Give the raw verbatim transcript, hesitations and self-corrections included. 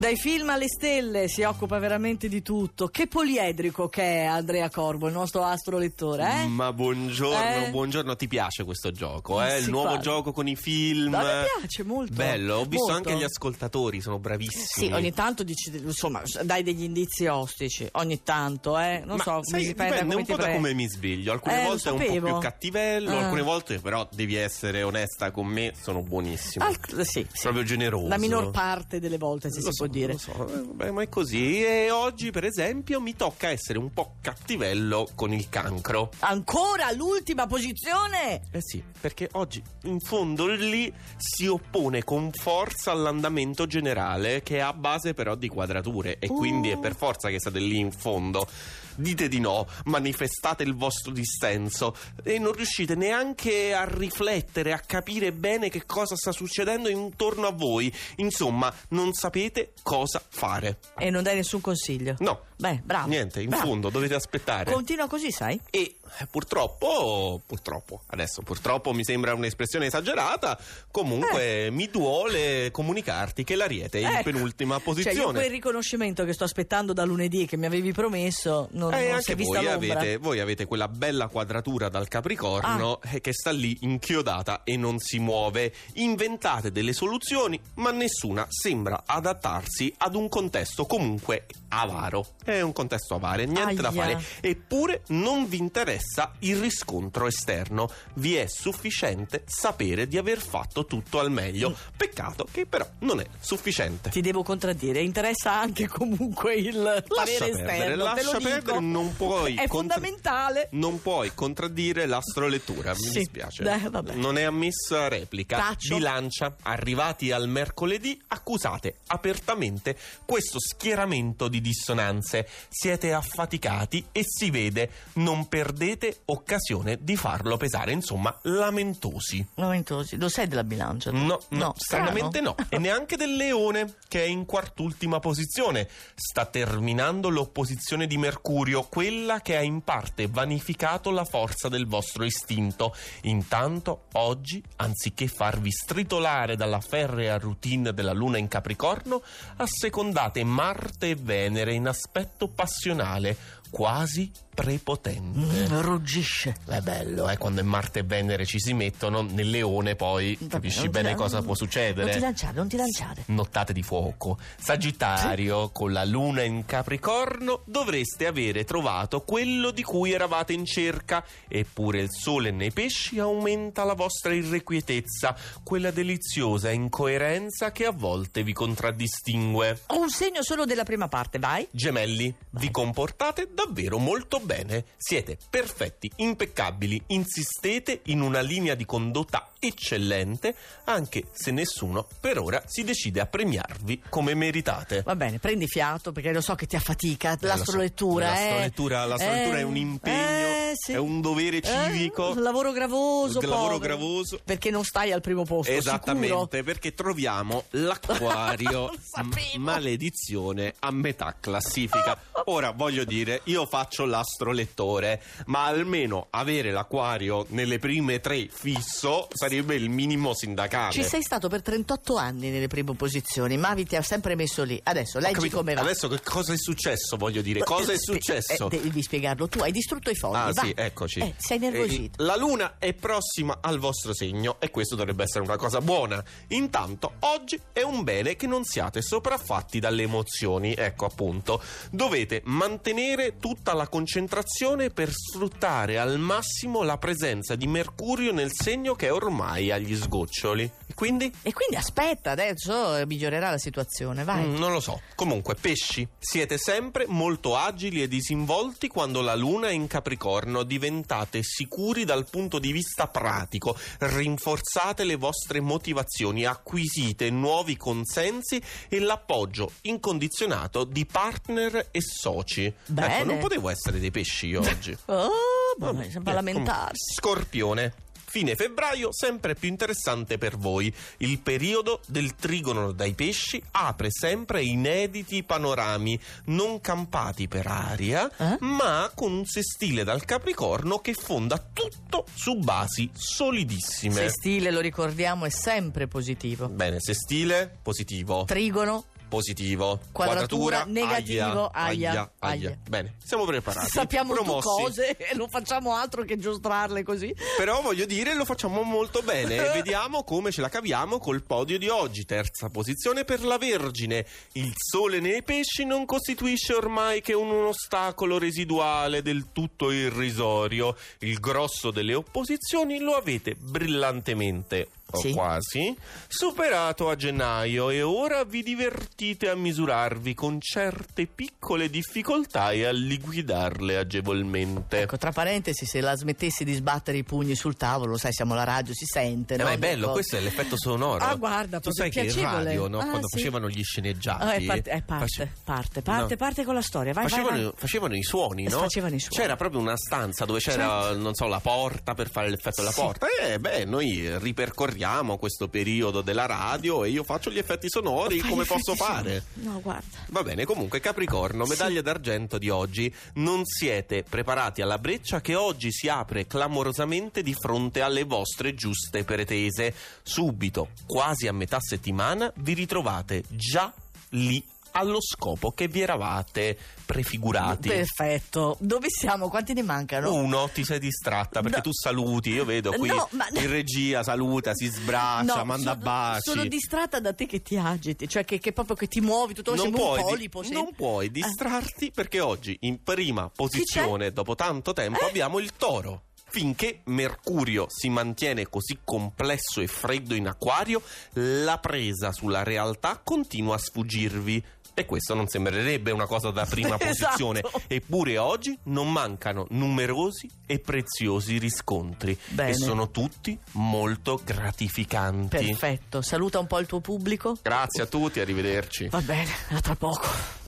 Dai film alle stelle si occupa veramente di tutto. Che poliedrico che è Andrea Corbo, il nostro astrolettore, eh? Ma buongiorno, Eh? buongiorno, ti piace questo gioco, eh? Sì, Il nuovo guarda. gioco con i film. Ma mi piace molto. Bello, ho visto molto. anche gli ascoltatori, sono bravissimi. Sì, ogni tanto dici, insomma, dai degli indizi ostici, ogni tanto, eh? Non Ma so, sai, mi dipende, dipende come un ti po' da pre- come mi sveglio. Alcune Eh, lo volte è un po' sapevo. più cattivello, Ah. alcune volte però devi essere onesta con me, sono buonissimo. Al- sì, sì. Proprio generoso. La minor parte delle volte, se Lo si so, può dire. Lo so, eh, vabbè, ma è così. E oggi, per esempio, mi tocca essere un po' cattivello con il cancro. Ancora l'ultima posizione? Eh sì, perché oggi in fondo lì si oppone con forza all'andamento generale, che è a base però di quadrature, e Uh. quindi è per forza che state lì in fondo. Dite di no, manifestate il vostro dissenso e non riuscite neanche a riflettere, a capire bene che cosa sta succedendo intorno a voi. Insomma, non sapete cosa fare. E non dai nessun consiglio? No. Beh, bravo. Niente, in bravo. fondo dovete aspettare. Continua così, sai? E eh, purtroppo, purtroppo, adesso purtroppo mi sembra un'espressione esagerata, comunque mi duole comunicarti che l'Ariete è in Ecco. penultima Cioè, posizione. io quel riconoscimento che sto aspettando da lunedì, che mi avevi promesso, non, Eh, non si anche è vista voi l'ombra. avete, voi avete quella bella quadratura dal Capricorno Ah. eh, che sta lì inchiodata e non si muove. Inventate delle soluzioni, ma nessuna sembra adattarsi ad un contesto comunque avaro. È un contesto avaro, niente da Aia. fare. Eppure non vi interessa il riscontro esterno. Vi è sufficiente sapere di aver fatto tutto al meglio. Peccato che però non è sufficiente. Ti devo contraddire, interessa anche comunque il parere Lascia esterno, perdere, te lo lascia dico. perdere, non puoi È contra- fondamentale. Non puoi contraddire l'astrolettura, mi Sì. dispiace. Eh, vabbè. Non è ammessa replica. Taccio. Bilancia, arrivati al mercoledì, accusate apertamente questo schieramento di dissonanze. Siete affaticati e si vede, non perdete occasione di farlo pesare. Insomma, lamentosi. Lamentosi, lo sai della bilancia? tu? No, no, no stranamente strano. no. E neanche del Leone, che è in quart'ultima posizione. Sta terminando l'opposizione di Mercurio, quella che ha in parte vanificato la forza del vostro istinto. Intanto, oggi, anziché farvi stritolare dalla ferrea routine della Luna in Capricorno, assecondate Marte e Venere in aspetto passionale, quasi prepotente. Mm, ruggisce. È bello, eh, quando Marte e Venere ci si mettono, nel Leone poi Vabbè, capisci non ti bene la- cosa può succedere. Non ti lanciare, non ti lanciare. Nottate di fuoco. Sagittario, con la Luna in Capricorno, dovreste avere trovato quello di cui eravate in cerca. Eppure il Sole nei Pesci aumenta la vostra irrequietezza, quella deliziosa incoerenza che a volte vi contraddistingue. Ho un segno solo della prima parte, vai. Gemelli, vi comportate davvero molto bene. Siete perfetti, impeccabili, insistete in una linea di condotta eccellente, anche se nessuno per ora si decide a premiarvi come meritate. Va bene, prendi fiato perché lo so che ti affatica l'astrolettura. Eh, eh. l'astrolettura, l'astrolettura Eh, è un impegno, eh, sì. è un dovere Eh, civico. un lavoro gravoso, Un lavoro povero. gravoso. Perché non stai al primo posto, Esattamente, sicuro? perché troviamo l'Acquario, Lo sapevo. m- maledizione, a metà classifica. Ora voglio dire, io faccio l'astrolettore, ma almeno avere l'Acquario nelle prime tre fisso sarebbe il minimo sindacale. Ci sei stato per trentotto anni nelle prime posizioni, Mavi ti ha sempre messo lì. Adesso Ho leggi capito. come va. Adesso che cosa è successo, voglio dire, cosa è successo? Eh, devi spiegarlo tu, hai distrutto i fogli. Ah vai. sì, eccoci. Eh, sei nervosito. Eh, la Luna è prossima al vostro segno e questo dovrebbe essere una cosa buona. Intanto, oggi è un bene che non siate sopraffatti dalle emozioni. Ecco appunto, dovete mantenere tutta la concentrazione per sfruttare al massimo la presenza di Mercurio nel segno che è ormai agli sgoccioli. E quindi? E quindi aspetta, adesso migliorerà la situazione, vai. Mm, non lo so. Comunque, pesci, siete sempre molto agili e disinvolti quando la Luna è in Capricorno. Diventate sicuri dal punto di vista pratico, rinforzate le vostre motivazioni, acquisite nuovi consensi e l'appoggio incondizionato di partner e soci. Bene. Ecco, non potevo essere dei pesci io oggi. Oh, ma mi sembra Eh, lamentarsi. Scorpione. Fine febbraio sempre più interessante per voi. Il periodo del trigono dai pesci apre sempre inediti panorami, non campati per aria, Eh? ma con un sestile dal Capricorno che fonda tutto su basi solidissime. Sestile, lo ricordiamo, è sempre positivo. Bene, sestile positivo. Trigono positivo. Quadratura, negativo, aia, aia, aia. aia. Bene, siamo preparati. Sappiamo tu promossi. cose e non facciamo altro che giostrarle così. Però voglio dire, lo facciamo molto bene. Vediamo come ce la caviamo col podio di oggi. Terza posizione per la Vergine. Il sole nei pesci non costituisce ormai che un ostacolo residuale del tutto irrisorio. Il grosso delle opposizioni lo avete brillantemente, o sì. quasi, superato a gennaio, e ora vi divertite a misurarvi con certe piccole difficoltà e a liquidarle agevolmente. Ecco, tra parentesi, se la smettessi di sbattere i pugni sul tavolo, sai, siamo alla radio, si sente, Eh, no? ma è bello, Ecco. questo è l'effetto sonoro. Ah, guarda, tu proprio sai che in piacevole. radio, no, Ah, quando sì. facevano gli sceneggiati, Ah, è parte, è parte, face- parte, parte, no. parte con la storia. Vai, facevano, vai, vai. facevano i suoni, no? Facevano i suoni. C'era proprio una stanza dove c'era, Certo. non so, la porta per fare l'effetto della Sì. porta. E beh, noi ripercorriamo questo periodo della radio e io faccio gli effetti sonori. Fai come gli posso effetti fare? sonori. No, guarda. Va bene, comunque Capricorno, medaglia Sì. d'argento di oggi. Non siete preparati alla breccia che oggi si apre clamorosamente di fronte alle vostre giuste pretese. Subito, quasi a metà settimana, vi ritrovate già lì allo scopo che vi eravate prefigurati. Perfetto. Dove siamo? Quanti ne mancano? Uno, ti sei distratta perché No. tu saluti, io vedo qui No, ma- in regia saluta, si sbraccia, No, manda sono, baci. sono distratta da te che ti agiti, cioè che, che proprio che ti muovi tutto, non sembra un puoi, di- polipo. sei- non puoi distrarti perché oggi in prima posizione dopo tanto tempo Eh? abbiamo il Toro. Finché Mercurio si mantiene così complesso e freddo in Acquario, la presa sulla realtà continua a sfuggirvi. E questo non sembrerebbe una cosa da prima posizione. Esatto. Eppure oggi non mancano numerosi e preziosi riscontri. Bene. E sono tutti molto gratificanti. Perfetto. Saluta un po' il tuo pubblico. Grazie a tutti, arrivederci. Va bene, a tra poco.